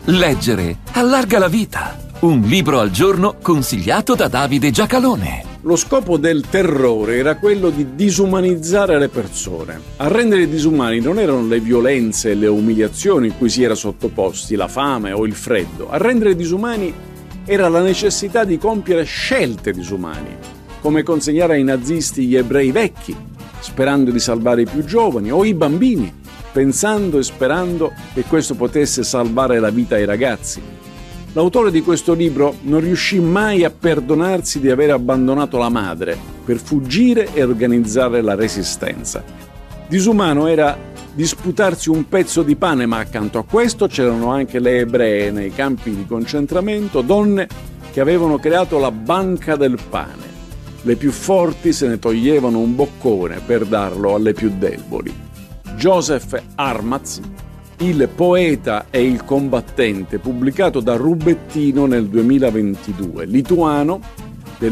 Leggere allarga la vita. Un libro al giorno consigliato da Davide Giacalone. Lo scopo del terrore era quello di disumanizzare le persone. A rendere disumani non erano le violenze e le umiliazioni cui si era sottoposti, la fame o il freddo. A rendere disumani era la necessità di compiere scelte disumane, come consegnare ai nazisti gli ebrei vecchi, sperando di salvare i più giovani, o i bambini, pensando e sperando che questo potesse salvare la vita ai ragazzi. L'autore di questo libro non riuscì mai a perdonarsi di aver abbandonato la madre per fuggire e organizzare la resistenza. Disumano era disputarsi un pezzo di pane, ma accanto a questo c'erano anche le ebree nei campi di concentramento, donne che avevano creato la banca del pane. Le più forti se ne toglievano un boccone per darlo alle più deboli. Joseph Armatz, Il poeta e il combattente, pubblicato da Rubettino nel 2022. Lituano, del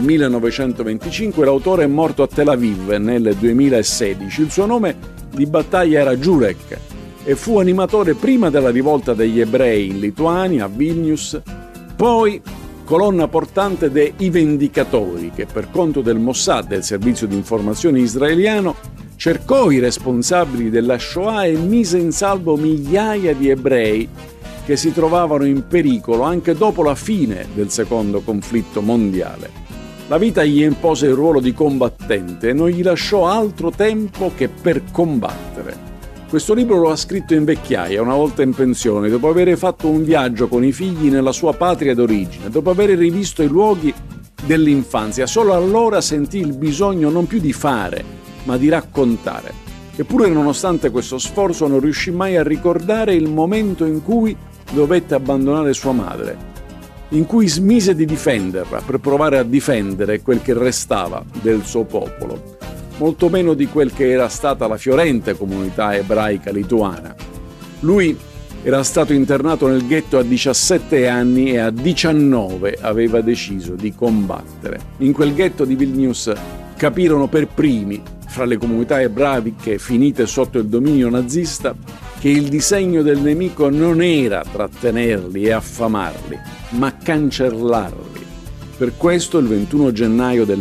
1925, l'autore è morto a Tel Aviv nel 2016. Il suo nome di battaglia era Jurek e fu animatore prima della rivolta degli ebrei in Lituania, a Vilnius, poi colonna portante dei I Vendicatori, che per conto del Mossad, del servizio di informazione israeliano, cercò i responsabili della Shoah e mise in salvo migliaia di ebrei che si trovavano in pericolo anche dopo la fine del secondo conflitto mondiale. La vita gli impose il ruolo di combattente e non gli lasciò altro tempo che per combattere. Questo libro lo ha scritto in vecchiaia, una volta in pensione, dopo aver fatto un viaggio con i figli nella sua patria d'origine, dopo aver rivisto i luoghi dell'infanzia. Solo allora sentì il bisogno non più di fare, ma di raccontare. Eppure, nonostante questo sforzo, non riuscì mai a ricordare il momento in cui dovette abbandonare sua madre, in cui smise di difenderla per provare a difendere quel che restava del suo popolo, molto meno di quel che era stata la fiorente comunità ebraica lituana. Lui era stato internato nel ghetto a 17 anni e a 19 aveva deciso di combattere. In quel ghetto di Vilnius capirono per primi, fra le comunità ebraiche finite sotto il dominio nazista, che il disegno del nemico non era trattenerli e affamarli, ma cancellarli. Per questo il 21 gennaio del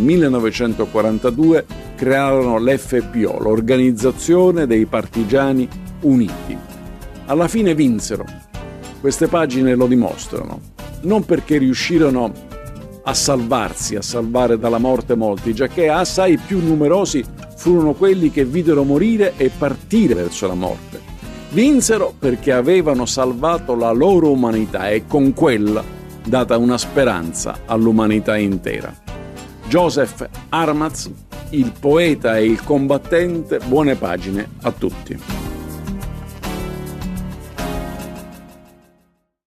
1942 crearono l'FPO, l'Organizzazione dei Partigiani Uniti. Alla fine vinsero. Queste pagine lo dimostrano. Non perché riuscirono a salvarsi, a salvare dalla morte molti, giacché assai più numerosi furono quelli che videro morire e partire verso la morte. Vinsero perché avevano salvato la loro umanità e con quella data una speranza all'umanità intera. Joseph Armatz, Il poeta e il combattente, buone pagine a tutti.